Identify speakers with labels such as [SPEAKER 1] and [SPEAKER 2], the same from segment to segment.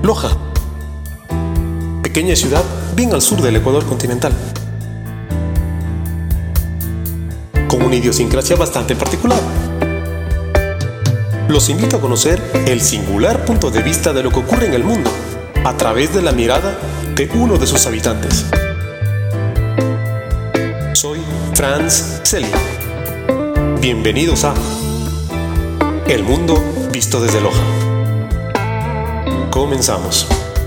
[SPEAKER 1] Loja, pequeña ciudad bien al sur del Ecuador continental, con una idiosincrasia bastante particular. Los invito a conocer el singular punto de vista de lo que ocurre en el mundo a través de la mirada de uno de sus habitantes. Soy Franz Celi. Bienvenidos a El Mundo Visto desde Loja. Comenzamos.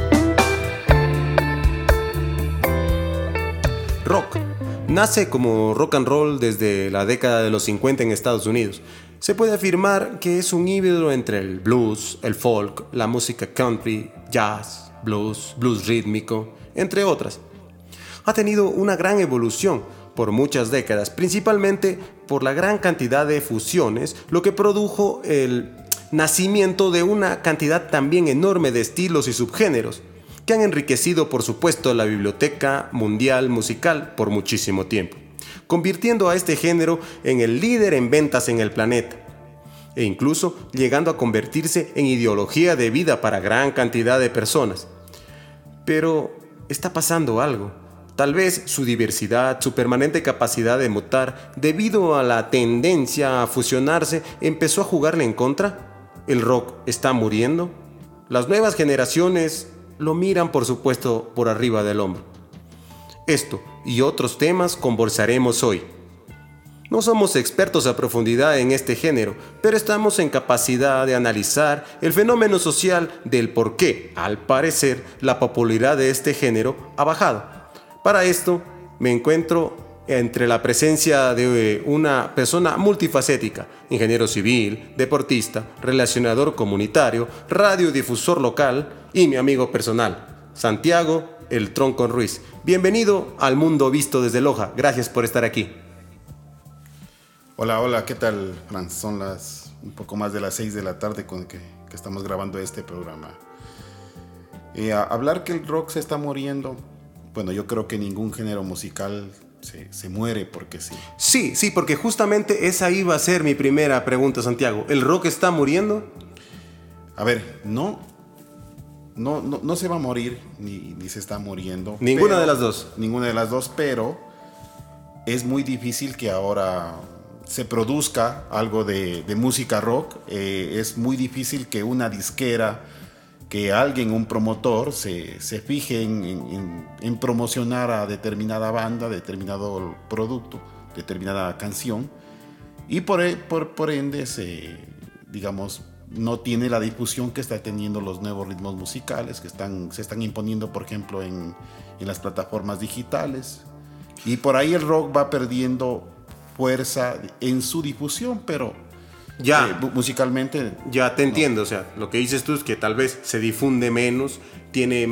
[SPEAKER 1] Rock. Nace como rock and roll desde la década de los 50 en Estados Unidos. Se puede afirmar que es un híbrido entre el blues, el folk, la música country, jazz, blues rítmico, entre otras. Ha tenido una gran evolución por muchas décadas, principalmente por la gran cantidad de fusiones, lo que produjo el nacimiento de una cantidad también enorme de estilos y subgéneros, que han enriquecido, por supuesto, la biblioteca mundial musical por muchísimo tiempo, convirtiendo a este género en el líder en ventas en el planeta, e incluso llegando a convertirse en ideología de vida para gran cantidad de personas. Pero está pasando algo. Tal vez su diversidad, su permanente capacidad de mutar, debido a la tendencia a fusionarse, empezó a jugarle en contra. ¿El rock está muriendo? Las nuevas generaciones lo miran, por supuesto, por arriba del hombro. Esto y otros temas conversaremos hoy. No somos expertos a profundidad en este género, pero estamos en capacidad de analizar el fenómeno social del por qué, al parecer, la popularidad de este género ha bajado. Para esto, me encuentro entre la presencia de una persona multifacética, ingeniero civil, deportista, relacionador comunitario, radiodifusor local y mi amigo personal, Santiago El Tronco Ruiz. Bienvenido al Mundo Visto desde Loja. Gracias por estar aquí.
[SPEAKER 2] Hola, ¿qué tal, Franz? Son un poco más de las 6 de la tarde que estamos grabando este programa. Hablar que el rock se está muriendo, bueno, yo creo que ningún género musical se muere porque sí.
[SPEAKER 1] Sí, porque justamente esa iba a ser mi primera pregunta, Santiago. ¿El rock está muriendo?
[SPEAKER 2] A ver, no se va a morir, ni se está muriendo.
[SPEAKER 1] Ninguna de las dos.
[SPEAKER 2] Ninguna de las dos, pero es muy difícil que ahora se produzca algo de música rock. Es muy difícil que una disquera, que alguien, un promotor, se fije en promocionar a determinada banda, determinado producto, determinada canción, y por ende digamos, no tiene la difusión que está teniendo los nuevos ritmos musicales que se están imponiendo, por ejemplo, en las plataformas digitales. Y por ahí el rock va perdiendo fuerza en su difusión, pero musicalmente
[SPEAKER 1] ya te entiendo. O sea, lo que dices tú es que tal vez se difunde menos, tiene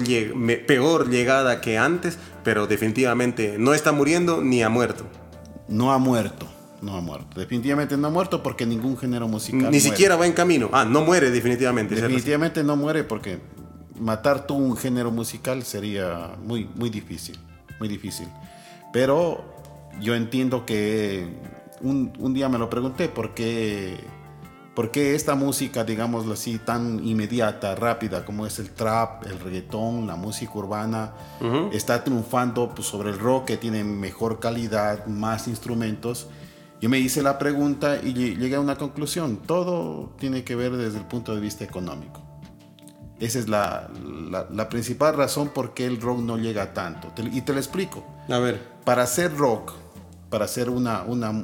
[SPEAKER 1] peor llegada que antes, pero definitivamente no está muriendo ni ha muerto.
[SPEAKER 2] No ha muerto. Definitivamente no ha muerto, porque ningún género musical
[SPEAKER 1] ni
[SPEAKER 2] muere.
[SPEAKER 1] Siquiera va en camino. No muere definitivamente.
[SPEAKER 2] Definitivamente no muere, porque matar tú un género musical sería muy, muy difícil. Muy difícil. Pero yo entiendo que un día me lo pregunté, ¿por qué esta música, digámoslo así, tan inmediata, rápida, como es el trap, el reggaetón, la música urbana, está triunfando sobre el rock, que tiene mejor calidad, más instrumentos? Yo me hice la pregunta y llegué a una conclusión. Todo tiene que ver desde el punto de vista económico. Esa es la principal razón por qué el rock no llega tanto. Y te lo explico.
[SPEAKER 1] A ver.
[SPEAKER 2] Para hacer rock, para hacer una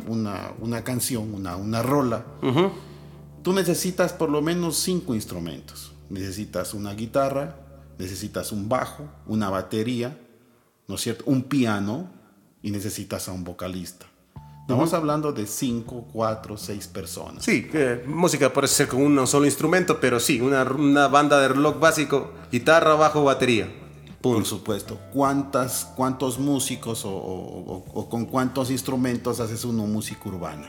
[SPEAKER 2] canción, una rola, tú necesitas por lo menos 5 instrumentos. Necesitas una guitarra, necesitas un bajo, una batería, ¿no es cierto?, un piano, y necesitas a un vocalista. Estamos hablando de 5, 4, 6 personas.
[SPEAKER 1] Sí, música puede ser con un solo instrumento, pero sí, una banda de rock básico: guitarra, bajo, batería. Punto.
[SPEAKER 2] Por supuesto. ¿Cuántos músicos o con cuántos instrumentos haces una música urbana?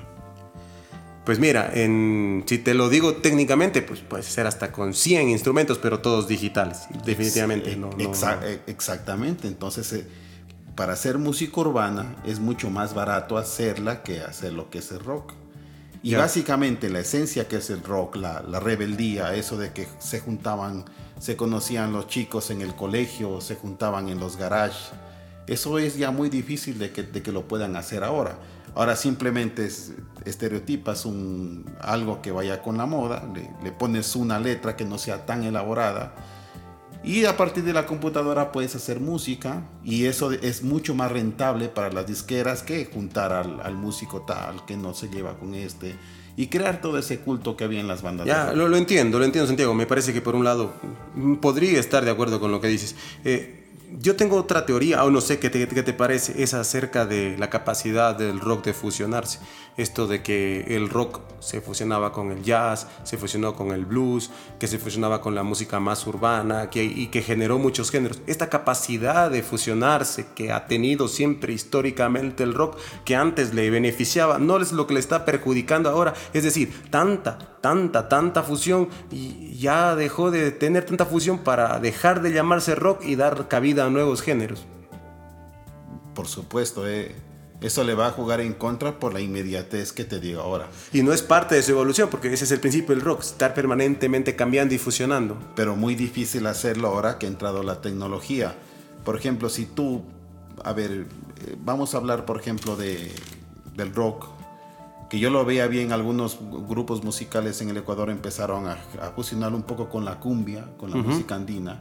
[SPEAKER 1] Pues mira, si te lo digo técnicamente, pues puede ser hasta con 100 instrumentos, pero todos digitales. Definitivamente no.
[SPEAKER 2] Exactamente. Entonces, para hacer música urbana es mucho más barato hacerla que hacer lo que es el rock. Y básicamente la esencia que es el rock, la rebeldía, eso de que se juntaban, se conocían los chicos en el colegio, se juntaban en los garages, eso es ya muy difícil de que lo puedan hacer ahora. Ahora simplemente estereotipas algo que vaya con la moda, le pones una letra que no sea tan elaborada y a partir de la computadora puedes hacer música y eso es mucho más rentable para las disqueras que juntar al músico tal que no se lleva con este y crear todo ese culto que había en las bandas.
[SPEAKER 1] Ya, lo entiendo, Santiago. Me parece que por un lado podría estar de acuerdo con lo que dices. Yo tengo otra teoría, o no sé qué te parece, es acerca de la capacidad del rock de fusionarse. Esto de que el rock se fusionaba con el jazz, se fusionó con el blues, que se fusionaba con la música más urbana y que generó muchos géneros. Esta capacidad de fusionarse que ha tenido siempre históricamente el rock, que antes le beneficiaba, no es lo que le está perjudicando ahora. Es decir, tanta fusión y ya dejó de tener tanta fusión para dejar de llamarse rock y dar cabida a nuevos géneros.
[SPEAKER 2] Por supuesto, eso le va a jugar en contra por la inmediatez que te digo ahora.
[SPEAKER 1] Y no es parte de su evolución, porque ese es el principio del rock, estar permanentemente cambiando y fusionando.
[SPEAKER 2] Pero muy difícil hacerlo ahora que ha entrado la tecnología. Por ejemplo, si tú, vamos a hablar por ejemplo del rock, que yo lo veía bien, algunos grupos musicales en el Ecuador empezaron a fusionar un poco con la cumbia, con la música andina.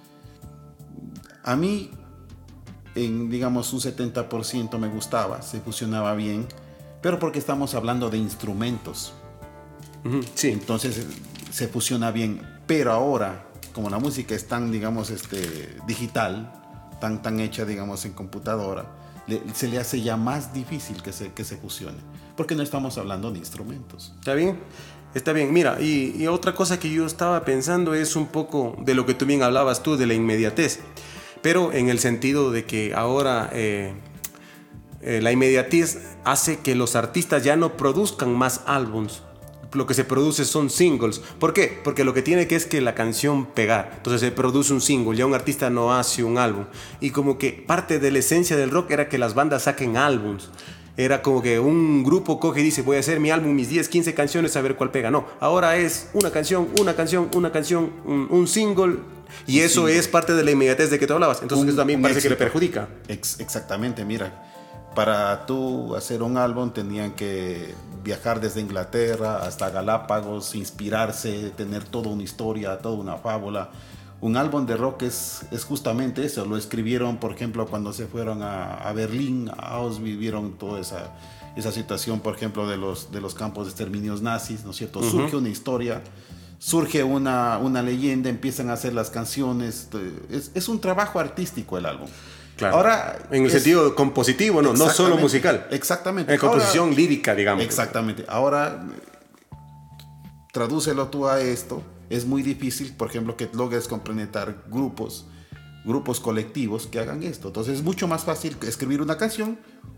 [SPEAKER 2] A mí, digamos un 70% me gustaba, se fusionaba bien, pero porque estamos hablando de instrumentos.
[SPEAKER 1] Sí.
[SPEAKER 2] Entonces se fusiona bien, pero ahora, como la música es tan, digamos, digital, tan hecha, digamos, en computadora, se le hace ya más difícil que se fusione, porque no estamos hablando de instrumentos.
[SPEAKER 1] Está bien, mira, y otra cosa que yo estaba pensando es un poco de lo que tú bien hablabas tú, de la inmediatez, pero en el sentido de que ahora la inmediatez hace que los artistas ya no produzcan más álbums. Lo que se produce son singles. ¿Por qué? Porque lo que tiene que es que la canción pegar. Entonces se produce un single, ya un artista no hace un álbum. Y como que parte de la esencia del rock era que las bandas saquen álbums. Era como que un grupo coge y dice, voy a hacer mi álbum, mis 10, 15 canciones, a ver cuál pega. No, ahora es una canción, un single. Y eso es parte de la inmediatez de que tú hablabas. Entonces eso también parece que le perjudica.
[SPEAKER 2] Exactamente, mira. Para tú hacer un álbum tenían que viajar desde Inglaterra hasta Galápagos, inspirarse, tener toda una historia, toda una fábula. Un álbum de rock es justamente eso. Lo escribieron, por ejemplo, cuando se fueron a Berlín, a Auschwitz, vivieron toda esa situación, por ejemplo, de los campos de exterminios nazis, ¿no es cierto? Surge una historia, surge una leyenda, empiezan a hacer las canciones. Es un trabajo artístico el álbum.
[SPEAKER 1] Claro. Ahora, en el sentido compositivo, no solo musical.
[SPEAKER 2] Exactamente.
[SPEAKER 1] En composición lírica, digamos.
[SPEAKER 2] Exactamente. Ahora, tradúcelo tú a esto. Es muy difícil, por ejemplo, que logres complementar grupos colectivos que hagan esto. Entonces es mucho más fácil escribir una canción,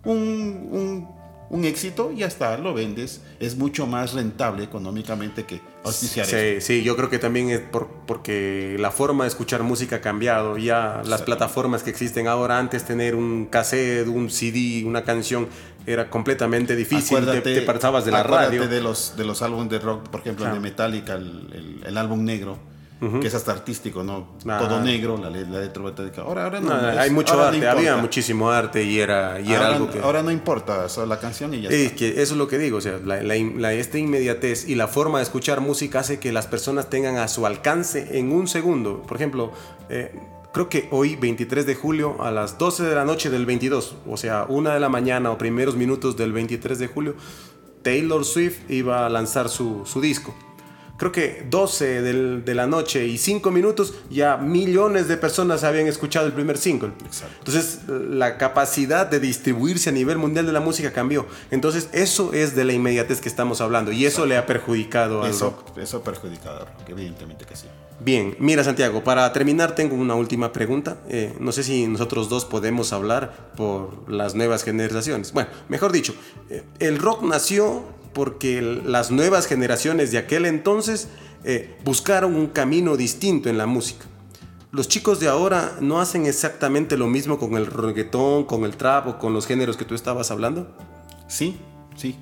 [SPEAKER 2] un éxito y ya está, lo vendes. Es mucho más rentable económicamente que auspiciar esto.
[SPEAKER 1] Sí, yo creo que también es porque la forma de escuchar música ha cambiado. Ya las plataformas que existen ahora, antes tener un cassette, un CD, una canción, era completamente difícil. Te pasabas de la radio.
[SPEAKER 2] De los álbumes de rock, por ejemplo, de Metallica, el álbum negro. Que es hasta artístico, ¿no? Todo negro, la letra metálica. Ahora no.
[SPEAKER 1] Hay mucho arte, había muchísimo arte y era algo que...
[SPEAKER 2] Ahora no importa, solo la canción y ya
[SPEAKER 1] está. Que eso es lo que digo, o sea, esta inmediatez y la forma de escuchar música hace que las personas tengan a su alcance en un segundo. Por ejemplo, creo que hoy, 23 de julio, a las 12 de la noche del 22, o sea, 1 de la mañana o primeros minutos del 23 de julio, Taylor Swift iba a lanzar su disco. Creo que 12 de la noche y 5 minutos ya millones de personas habían escuchado el primer single.
[SPEAKER 2] Exacto.
[SPEAKER 1] Entonces la capacidad de distribuirse a nivel mundial de la música cambió. Entonces eso es de la inmediatez que estamos hablando y eso le ha perjudicado al rock.
[SPEAKER 2] Eso ha perjudicado al rock, evidentemente que sí.
[SPEAKER 1] Bien, mira Santiago, para terminar tengo una última pregunta. No sé si nosotros dos podemos hablar por las nuevas generaciones. Bueno, mejor dicho, el rock nació porque las nuevas generaciones de aquel entonces buscaron un camino distinto en la música. Los chicos de ahora no hacen exactamente lo mismo con el reggaetón, con el trap o con los géneros que tú estabas hablando.
[SPEAKER 2] Sí.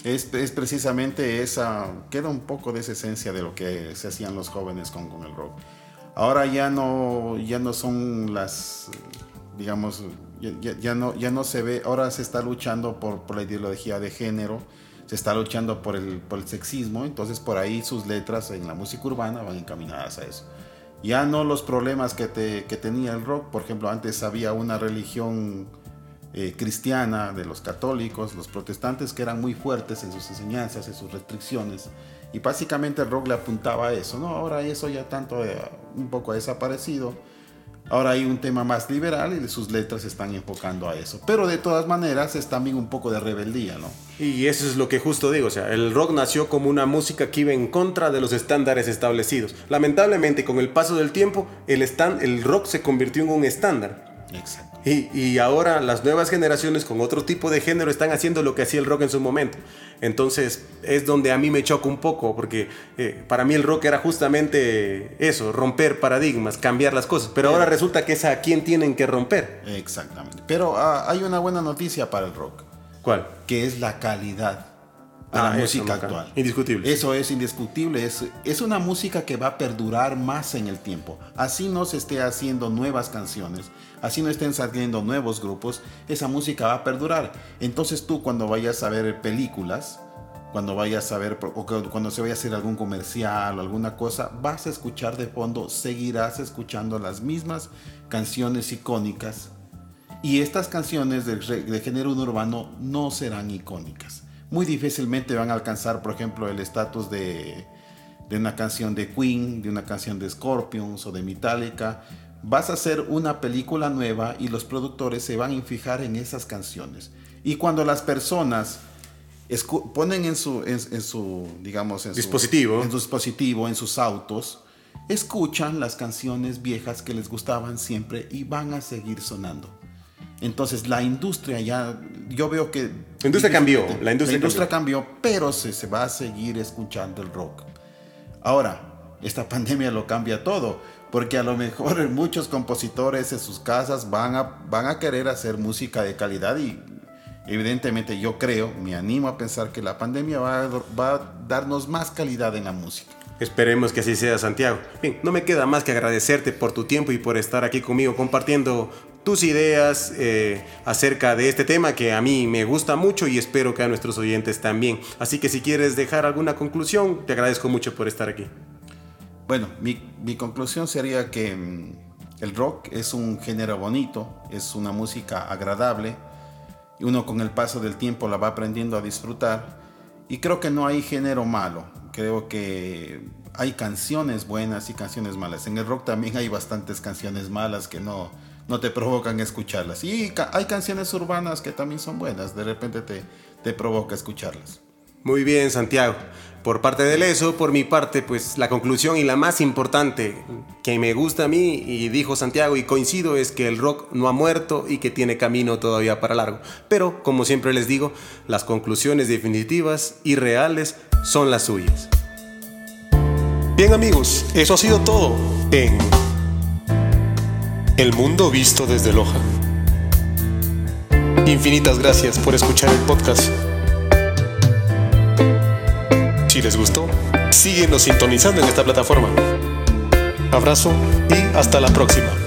[SPEAKER 2] Es precisamente esa, queda un poco de esa esencia de lo que se hacían los jóvenes con el rock. Ahora ya no son las, digamos, ya no se ve, ahora se está luchando por la ideología de género, se está luchando por el sexismo, entonces por ahí sus letras en la música urbana van encaminadas a eso. Ya no los problemas que tenía el rock, por ejemplo, antes había una religión cristiana de los católicos, los protestantes, que eran muy fuertes en sus enseñanzas, en sus restricciones, y básicamente el rock le apuntaba a eso, ¿no? Ahora eso ya tanto un poco ha desaparecido. Ahora hay un tema más liberal y sus letras se están enfocando a eso. Pero de todas maneras es también un poco de rebeldía, ¿no?
[SPEAKER 1] Y eso es lo que justo digo, o sea, el rock nació como una música que iba en contra de los estándares establecidos. Lamentablemente, con el paso del tiempo, el rock se convirtió en un estándar.
[SPEAKER 2] Exacto.
[SPEAKER 1] Y ahora las nuevas generaciones con otro tipo de género están haciendo lo que hacía el rock en su momento. Entonces es donde a mí me choca un poco, porque para mí el rock era justamente eso, romper paradigmas, cambiar las cosas. Pero ahora resulta que es a quien tienen que romper.
[SPEAKER 2] Exactamente. Pero hay una buena noticia para el rock.
[SPEAKER 1] ¿Cuál?
[SPEAKER 2] Que es la calidad de la música actual.
[SPEAKER 1] Indiscutible.
[SPEAKER 2] Eso es indiscutible. Es una música que va a perdurar más en el tiempo. Así no se esté haciendo nuevas canciones, así no estén saliendo nuevos grupos, esa música va a perdurar. Entonces tú, cuando vayas a ver películas, cuando vayas a ver, o cuando se vaya a hacer algún comercial o alguna cosa, vas a escuchar de fondo, seguirás escuchando las mismas canciones icónicas. Y estas canciones de género urbano no serán icónicas. Muy difícilmente van a alcanzar, por ejemplo, el estatus de una canción de Queen, de una canción de Scorpions o de Metallica. Vas a hacer una película nueva y los productores se van a fijar en esas canciones. Y cuando las personas ponen en su dispositivo, en sus autos, escuchan las canciones viejas que les gustaban siempre y van a seguir sonando. Entonces la industria yo veo que...
[SPEAKER 1] La industria
[SPEAKER 2] cambió, pero se va a seguir escuchando el rock. Ahora, esta pandemia lo cambia todo, porque a lo mejor muchos compositores en sus casas van a querer hacer música de calidad y evidentemente yo me animo a pensar que la pandemia va a darnos más calidad en la música.
[SPEAKER 1] Esperemos que así sea, Santiago. Bien, no me queda más que agradecerte por tu tiempo y por estar aquí conmigo compartiendo tus ideas acerca de este tema que a mí me gusta mucho y espero que a nuestros oyentes también. Así que si quieres dejar alguna conclusión, te agradezco mucho por estar aquí.
[SPEAKER 2] Bueno, mi conclusión sería que el rock es un género bonito, es una música agradable y uno con el paso del tiempo la va aprendiendo a disfrutar, y creo que no hay género malo. Creo que hay canciones buenas y canciones malas. En el rock también hay bastantes canciones malas que no te provocan escucharlas. Y hay canciones urbanas que también son buenas. De repente te provoca escucharlas.
[SPEAKER 1] Muy bien, Santiago. Por parte de eso, por mi parte, pues la conclusión y la más importante que me gusta a mí, y dijo Santiago y coincido, es que el rock no ha muerto y que tiene camino todavía para largo. Pero, como siempre les digo, las conclusiones definitivas y reales son las suyas. Bien, amigos, eso ha sido todo en El Mundo Visto desde Loja. Infinitas gracias por escuchar el podcast. Si les gustó, síguenos sintonizando en esta plataforma. Abrazo y hasta la próxima.